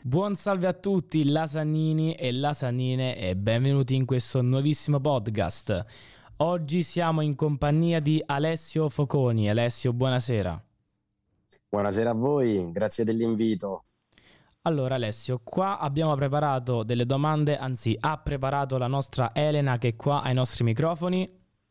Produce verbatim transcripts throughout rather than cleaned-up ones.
Buon salve a tutti lasagnini e lasagnine e benvenuti in questo nuovissimo podcast. Oggi siamo in compagnia di Alessio Foconi. Alessio, buonasera. Buonasera a voi, grazie dell'invito. Allora Alessio, qua abbiamo preparato delle domande, anzi ha preparato la nostra Elena che è qua ai nostri microfoni.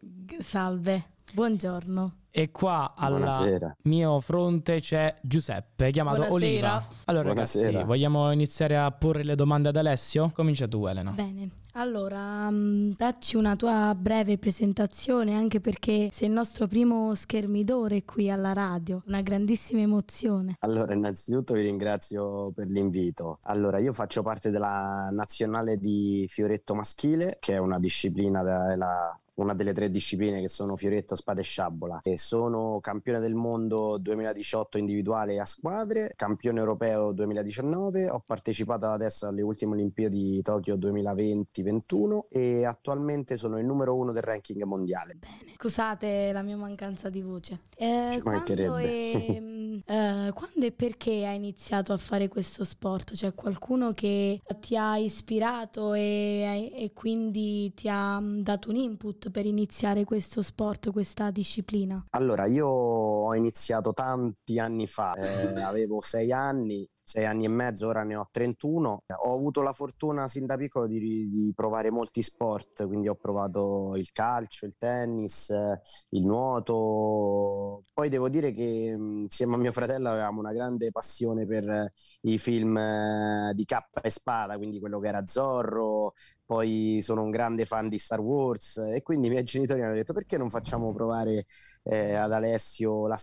Salve, buongiorno. E qua al Buonasera. mio fronte c'è Giuseppe, chiamato Buonasera. Oliva. Allora Buonasera. ragazzi, vogliamo iniziare a porre le domande ad Alessio? Comincia tu, Elena. Bene, allora mh, dacci una tua breve presentazione, anche perché sei il nostro primo schermidore qui alla radio, una grandissima emozione. Allora, innanzitutto vi ringrazio per l'invito. Allora, io faccio parte della nazionale di fioretto maschile, che è una disciplina della una delle tre discipline che sono fioretto, spada e sciabola, e sono campione del mondo duemiladiciotto individuale a squadre, campione europeo duemiladiciannove, ho partecipato adesso alle ultime Olimpiadi Tokyo duemilaventi ventuno e attualmente sono il numero uno del ranking mondiale. Bene, scusate la mia mancanza di voce. Eh, Ci quando, mancherebbe. e, mh, eh, quando e perché hai iniziato a fare questo sport? C'è qualcuno che ti ha ispirato e, e quindi ti ha mh, dato un input per iniziare questo sport, questa disciplina? Allora, io ho iniziato tanti anni fa, eh, avevo sei anni, sei anni e mezzo, ora ne ho trentuno. Ho avuto la fortuna sin da piccolo di, di provare molti sport, quindi ho provato il calcio, il tennis, eh, il nuoto. Poi devo dire che mh, insieme a mio fratello avevamo una grande passione per eh, i film eh, di cappa e spada, quindi quello che era Zorro. Poi sono un grande fan di Star Wars e quindi i miei genitori mi hanno detto: perché non facciamo provare eh, ad Alessio la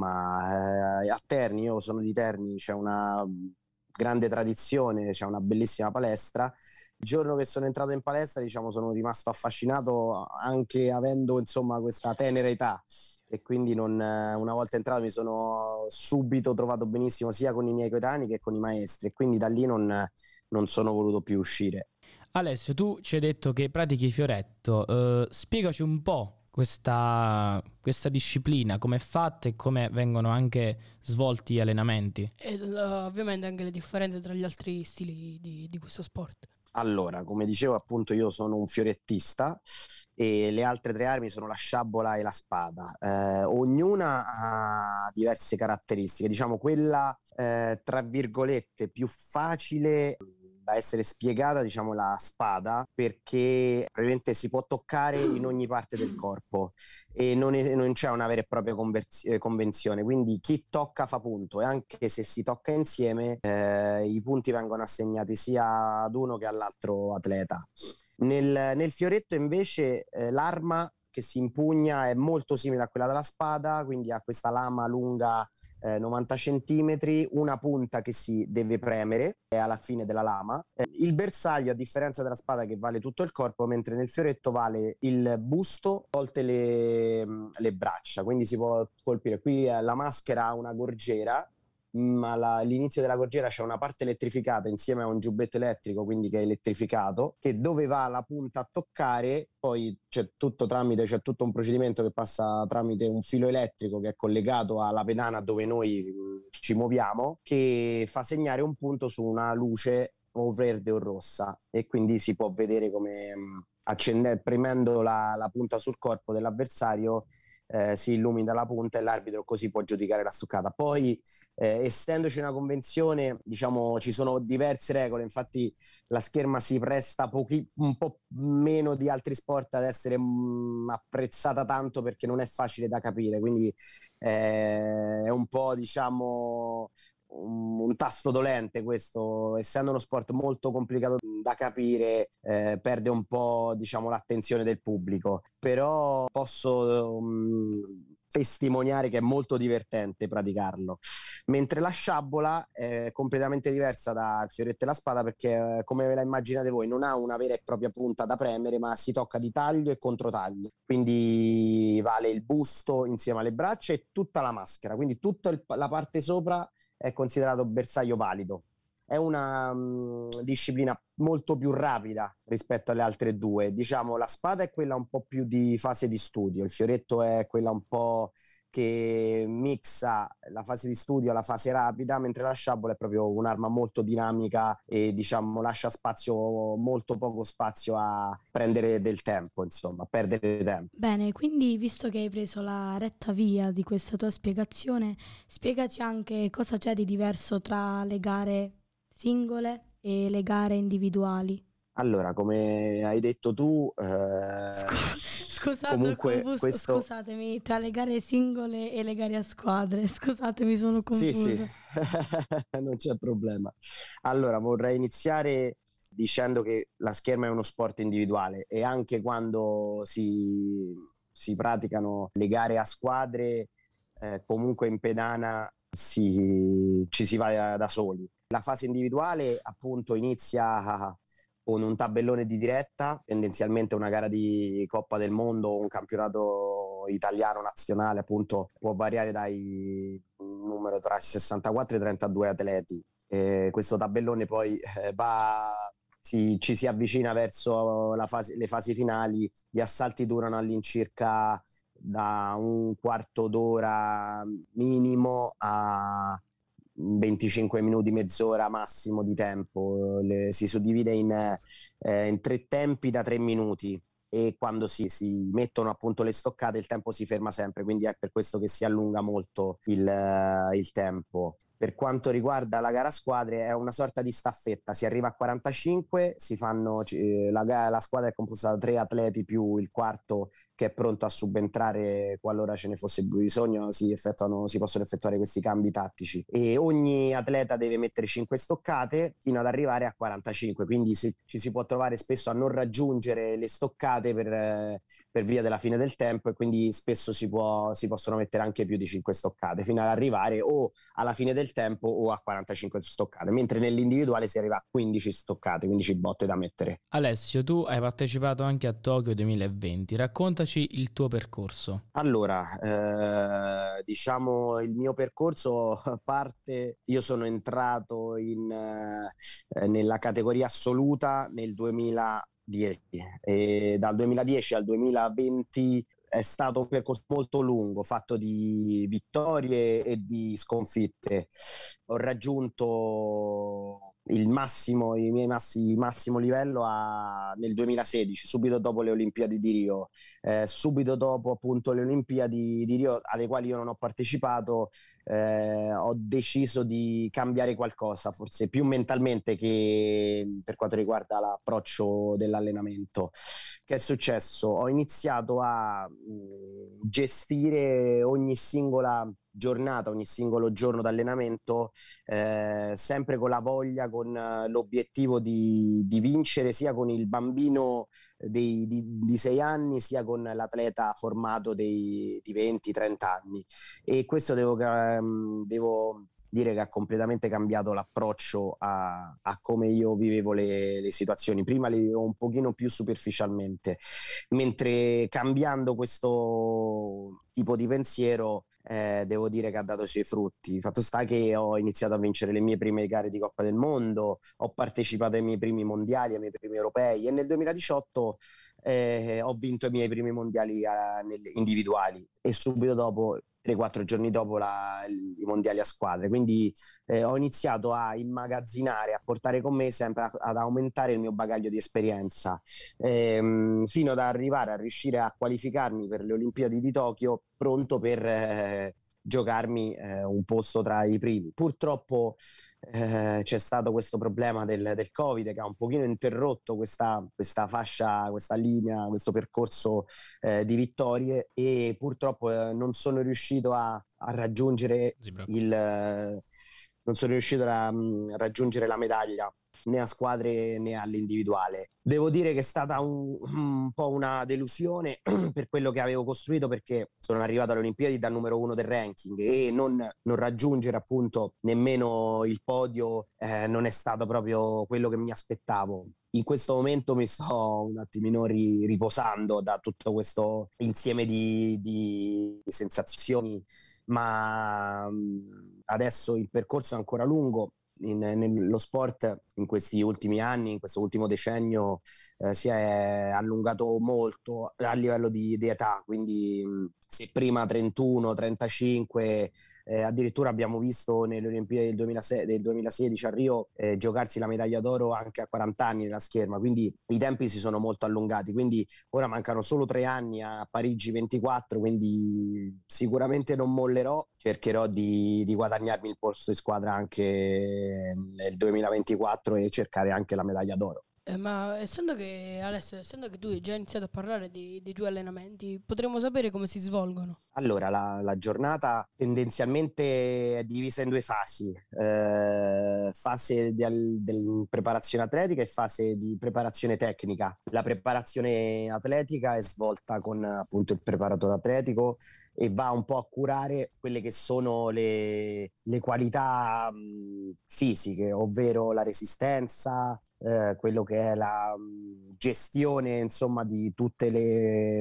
scherma? Eh, a Terni, io sono di Terni, c'è una grande tradizione, c'è una bellissima palestra. Il giorno che sono entrato in palestra, diciamo, sono rimasto affascinato, anche avendo insomma questa tenera età, e quindi non, una volta entrato mi sono subito trovato benissimo sia con i miei coetanei che con i maestri, e quindi da lì non, non sono voluto più uscire. Alessio, tu ci hai detto che pratichi fioretto, eh, spiegaci un po' questa, questa disciplina, come è fatta e come vengono anche svolti gli allenamenti. E l- ovviamente anche le differenze tra gli altri stili di, di questo sport. Allora, come dicevo, appunto, io sono un fiorettista e le altre tre armi sono la sciabola e la spada. Eh, ognuna ha diverse caratteristiche. Diciamo, quella eh, tra virgolette più facile da essere spiegata, diciamo, la spada, perché praticamente si può toccare in ogni parte del corpo e non, è, non c'è una vera e propria conversi- eh, convenzione, quindi chi tocca fa punto, e anche se si tocca insieme eh, i punti vengono assegnati sia ad uno che all'altro atleta. Nel, nel fioretto invece eh, l'arma che si impugna è molto simile a quella della spada, quindi ha questa lama lunga eh, novanta centimetri, una punta che si deve premere è alla fine della lama. Eh, il bersaglio, a differenza della spada che vale tutto il corpo, mentre nel fioretto vale il busto, tolte le, le braccia, quindi si può colpire. Qui eh, la maschera ha una gorgiera, ma la, all'inizio della gorgiera c'è una parte elettrificata insieme a un giubbetto elettrico, quindi che è elettrificato, che dove va la punta a toccare, poi c'è tutto tramite, c'è tutto un procedimento che passa tramite un filo elettrico che è collegato alla pedana dove noi mh, ci muoviamo, che fa segnare un punto su una luce o verde o rossa, e quindi si può vedere come mh, accendendo, premendo la, la punta sul corpo dell'avversario Eh, si illumina la punta e l'arbitro così può giudicare la stoccata. Poi eh, essendoci una convenzione, diciamo, ci sono diverse regole, infatti la scherma si presta pochi, un po' meno di altri sport ad essere mh, apprezzata tanto, perché non è facile da capire, quindi eh, è un po', diciamo, un, un tasto dolente questo, essendo uno sport molto complicato da capire, eh, perde un po', diciamo, l'attenzione del pubblico, però posso um, testimoniare che è molto divertente praticarlo. Mentre la sciabola è completamente diversa dal fioretto e la spada, perché eh, come ve la immaginate voi non ha una vera e propria punta da premere, ma si tocca di taglio e controtaglio, quindi vale il busto insieme alle braccia e tutta la maschera, quindi tutta il, la parte sopra è considerato bersaglio valido. È una mh, disciplina molto più rapida rispetto alle altre due. Diciamo, la spada è quella un po' più di fase di studio, il fioretto è quella un po' che mixa la fase di studio alla fase rapida, mentre la sciabola è proprio un'arma molto dinamica e diciamo lascia spazio, molto poco spazio a prendere del tempo, insomma, a perdere tempo. Bene, quindi visto che hai preso la retta via di questa tua spiegazione, spiegaci anche cosa c'è di diverso tra le gare singole e le gare individuali. Allora, come hai detto tu, eh, Scu- Scusate, ho comunque confuso, questo... scusatemi, tra le gare singole e le gare a squadre, scusatemi, sono Sì, confusa. sì, non c'è problema. Allora, vorrei iniziare dicendo che la scherma è uno sport individuale e anche quando si, si praticano le gare a squadre, eh, comunque in pedana si, ci si va da soli. La fase individuale appunto inizia con un tabellone di diretta, tendenzialmente una gara di Coppa del Mondo, un campionato italiano nazionale, appunto può variare dai numero tra i sessantaquattro e i trentadue atleti. E questo tabellone poi eh, va, si, ci si avvicina verso la fase, le fasi finali. Gli assalti durano all'incirca da un quarto d'ora minimo a venticinque minuti, mezz'ora massimo di tempo. Le, si suddivide in, eh, in tre tempi da tre minuti e quando si, si mettono appunto le stoccate il tempo si ferma sempre, quindi è per questo che si allunga molto il, il tempo. Per quanto riguarda la gara a squadre è una sorta di staffetta, si arriva a quarantacinque, si fanno, eh, la, la squadra è composta da tre atleti più il quarto che è pronto a subentrare qualora ce ne fosse bisogno, si, effettuano, si possono effettuare questi cambi tattici e ogni atleta deve mettere cinque stoccate fino ad arrivare a quarantacinque, quindi si, ci si può trovare spesso a non raggiungere le stoccate per, eh, per via della fine del tempo e quindi spesso si, può, si possono mettere anche più di cinque stoccate fino ad arrivare o alla fine del tempo o a quarantacinque stoccate, mentre nell'individuale si arriva a quindici stoccate, quindici botte da mettere. Alessio, tu hai partecipato anche a Tokyo duemilaventi, raccontaci il tuo percorso. Allora, eh, diciamo il mio percorso parte, io sono entrato in, eh, nella categoria assoluta nel duemiladieci e dal duemiladieci al duemilaventi è stato un percorso molto lungo, fatto di vittorie e di sconfitte. Ho raggiunto il massimo, i miei massi, il massimo livello a, nel duemilasedici, subito dopo le Olimpiadi di Rio. Eh, subito dopo appunto le Olimpiadi di Rio, alle quali io non ho partecipato, eh, ho deciso di cambiare qualcosa, forse più mentalmente che per quanto riguarda l'approccio dell'allenamento. Che è successo? Ho iniziato a mh, gestire ogni singola giornata, ogni singolo giorno d'allenamento, eh, sempre con la voglia, con uh, l'obiettivo di, di vincere sia con il bambino dei, di, di sei anni sia con l'atleta formato dei, di venti trenta anni. E questo devo, um, devo dire che ha completamente cambiato l'approccio a, a come io vivevo le, le situazioni. Prima le vivevo un pochino più superficialmente, mentre cambiando questo tipo di pensiero eh, devo dire che ha dato i suoi frutti. Fatto sta che ho iniziato a vincere le mie prime gare di Coppa del Mondo, ho partecipato ai miei primi mondiali, ai miei primi europei e nel duemiladiciotto eh, ho vinto i miei primi mondiali eh, nelle, individuali e subito dopo tre quattro giorni dopo la, i mondiali a squadre, quindi eh, ho iniziato a immagazzinare, a portare con me sempre a, ad aumentare il mio bagaglio di esperienza ehm, fino ad arrivare a riuscire a qualificarmi per le Olimpiadi di Tokyo pronto per eh, giocarmi eh, un posto tra i primi. Purtroppo eh, c'è stato questo problema del, del Covid che ha un pochino interrotto questa, questa fascia, questa linea, questo percorso eh, di vittorie e purtroppo eh, non sono riuscito a, a raggiungere il eh, non sono riuscito a mh, raggiungere la medaglia né a squadre né all'individuale. Devo dire che è stata un, un po' una delusione per quello che avevo costruito, perché sono arrivato alle Olimpiadi da numero uno del ranking e non, non raggiungere appunto nemmeno il podio eh, non è stato proprio quello che mi aspettavo. In questo momento mi sto un attimino ri, riposando da tutto questo insieme di, di sensazioni, ma adesso il percorso è ancora lungo in, nello sport in questi ultimi anni, in questo ultimo decennio, eh, si è allungato molto a livello di, di età, quindi mh, se prima trentuno, trentacinque, eh, addirittura abbiamo visto nelle Olimpiadi del, duemilasei, del duemilasedici a Rio eh, giocarsi la medaglia d'oro anche a quaranta anni nella scherma, quindi i tempi si sono molto allungati, quindi ora mancano solo tre anni a Parigi ventiquattro, quindi sicuramente non mollerò, cercherò di, di guadagnarmi il posto in squadra anche nel duemilaventiquattro e cercare anche la medaglia d'oro. Eh, ma essendo che, Alessio, essendo che tu hai già iniziato a parlare di- dei tuoi allenamenti, potremmo sapere come si svolgono? Allora, la, la giornata tendenzialmente è divisa in due fasi, eh, fase di al- del preparazione atletica e fase di preparazione tecnica. La preparazione atletica è svolta con appunto il preparatore atletico e va un po' a curare quelle che sono le, le qualità mh, fisiche, ovvero la resistenza, eh, quello che è la mh, gestione, insomma, di tutte le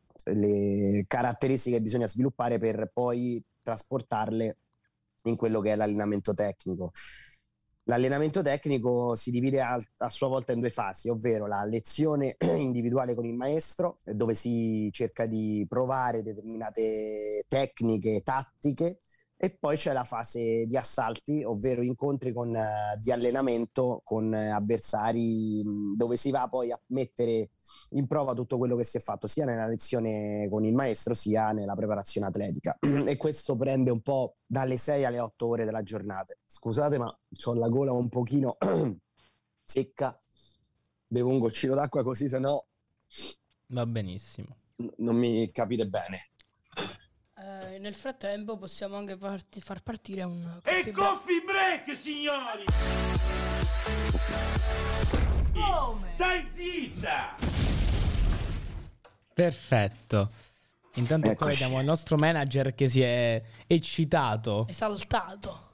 le caratteristiche che bisogna sviluppare per poi trasportarle in quello che è l'allenamento tecnico. L'allenamento tecnico si divide a, a sua volta in due fasi, ovvero la lezione individuale con il maestro, dove si cerca di provare determinate tecniche, tattiche, e poi c'è la fase di assalti, ovvero incontri con, uh, di allenamento con uh, avversari, mh, dove si va poi a mettere in prova tutto quello che si è fatto sia nella lezione con il maestro sia nella preparazione atletica e questo prende un po' dalle sei alle otto ore della giornata. Scusate, ma ho la gola un pochino secca, bevo un goccino d'acqua così se no Va benissimo. n- non mi capite bene. Eh, nel frattempo possiamo anche farti- far partire un E coffee break. coffee break, signori! Come? Stai zitta! Perfetto. Intanto qua Eccoci. vediamo il nostro manager che si è eccitato. Esaltato.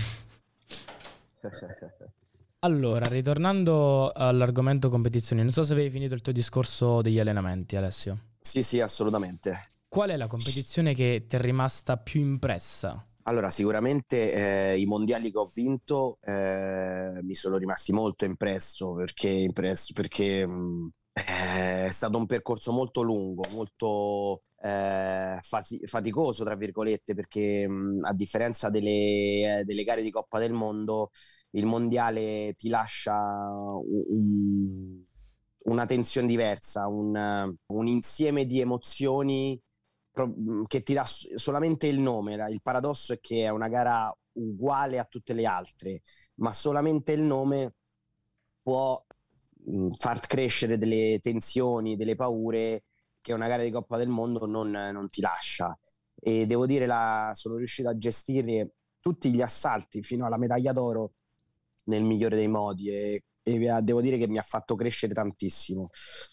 Allora, ritornando all'argomento competizioni, non so se avevi finito il tuo discorso degli allenamenti, Alessio. Sì, sì, assolutamente. Qual è la competizione che ti è rimasta più impressa? Allora, sicuramente eh, i mondiali che ho vinto eh, mi sono rimasti molto impresso perché, impresso perché mh, è stato un percorso molto lungo, molto eh, fati- faticoso, tra virgolette, perché mh, a differenza delle, eh, delle gare di Coppa del Mondo, il mondiale ti lascia un- un- una tensione diversa, un, un insieme di emozioni pro- che ti dà s- solamente il nome. La- Il paradosso è che è una gara uguale a tutte le altre, ma solamente il nome può mh, far crescere delle tensioni, delle paure che una gara di Coppa del Mondo non, non ti lascia. E devo dire, la, sono riuscito a gestire tutti gli assalti fino alla medaglia d'oro nel migliore dei modi e, e devo dire che mi ha fatto crescere tantissimo.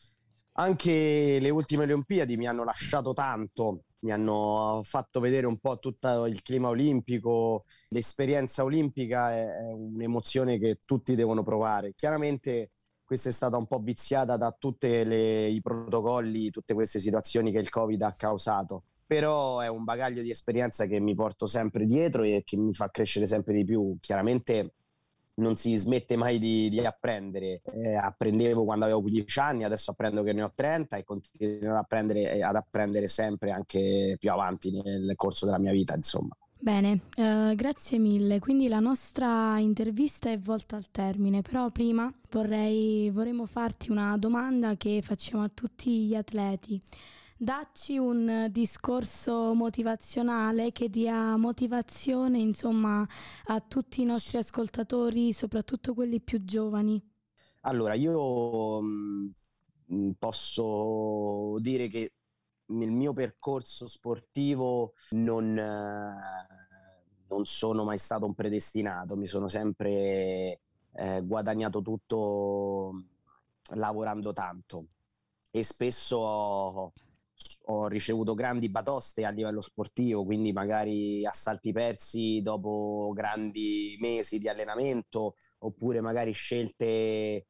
Anche le ultime Olimpiadi mi hanno lasciato tanto, mi hanno fatto vedere un po' tutto il clima olimpico, l'esperienza olimpica è, è un'emozione che tutti devono provare. Chiaramente questa è stata un po' viziata da tutti i protocolli, tutte queste situazioni che il Covid ha causato, però è un bagaglio di esperienza che mi porto sempre dietro e che mi fa crescere sempre di più. Chiaramente non si smette mai di, di apprendere. Eh, apprendevo quando avevo quindici anni, adesso apprendo che ne ho trenta e continuerò a apprendere, ad apprendere sempre anche più avanti nel corso della mia vita, insomma. Bene, eh, grazie mille. Quindi la nostra intervista è volta al termine, però prima vorrei, vorremmo farti una domanda che facciamo a tutti gli atleti. Dacci un discorso motivazionale che dia motivazione, insomma, a tutti i nostri ascoltatori, soprattutto quelli più giovani. Allora, io mh, posso dire che nel mio percorso sportivo non, eh, non sono mai stato un predestinato, mi sono sempre eh, guadagnato tutto lavorando tanto e spesso ho, ho ricevuto grandi batoste a livello sportivo, quindi magari assalti persi dopo grandi mesi di allenamento, oppure magari scelte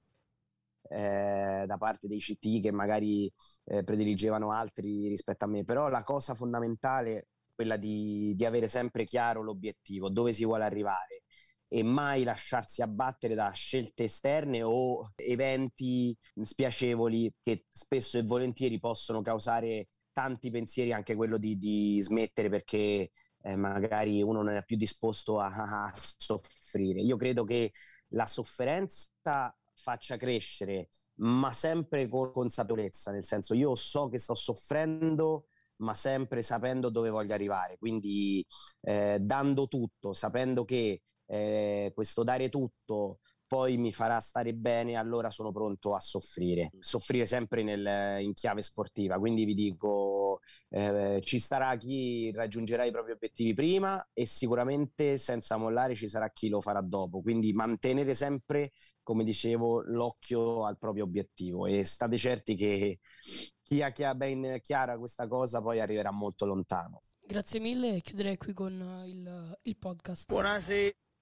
eh, da parte dei C T che magari eh, prediligevano altri rispetto a me. Però la cosa fondamentale è quella di, di avere sempre chiaro l'obiettivo, dove si vuole arrivare. e mai lasciarsi abbattere da scelte esterne o eventi spiacevoli che spesso e volentieri possono causare tanti pensieri, anche quello di, di smettere perché eh, magari uno non è più disposto a, a soffrire. Io credo che la sofferenza faccia crescere, ma sempre con consapevolezza, nel senso, io so che sto soffrendo ma sempre sapendo dove voglio arrivare, quindi eh, dando tutto, sapendo che eh, questo dare tutto poi mi farà stare bene, allora sono pronto a soffrire, soffrire sempre nel, in chiave sportiva. Quindi vi dico, eh, ci sarà chi raggiungerà i propri obiettivi prima e sicuramente senza mollare ci sarà chi lo farà dopo, quindi mantenere sempre, come dicevo, l'occhio al proprio obiettivo, e state certi che chi ha, chi ha ben chiara questa cosa poi arriverà molto lontano. Grazie mille e chiuderei qui con il, il podcast. Buonasera.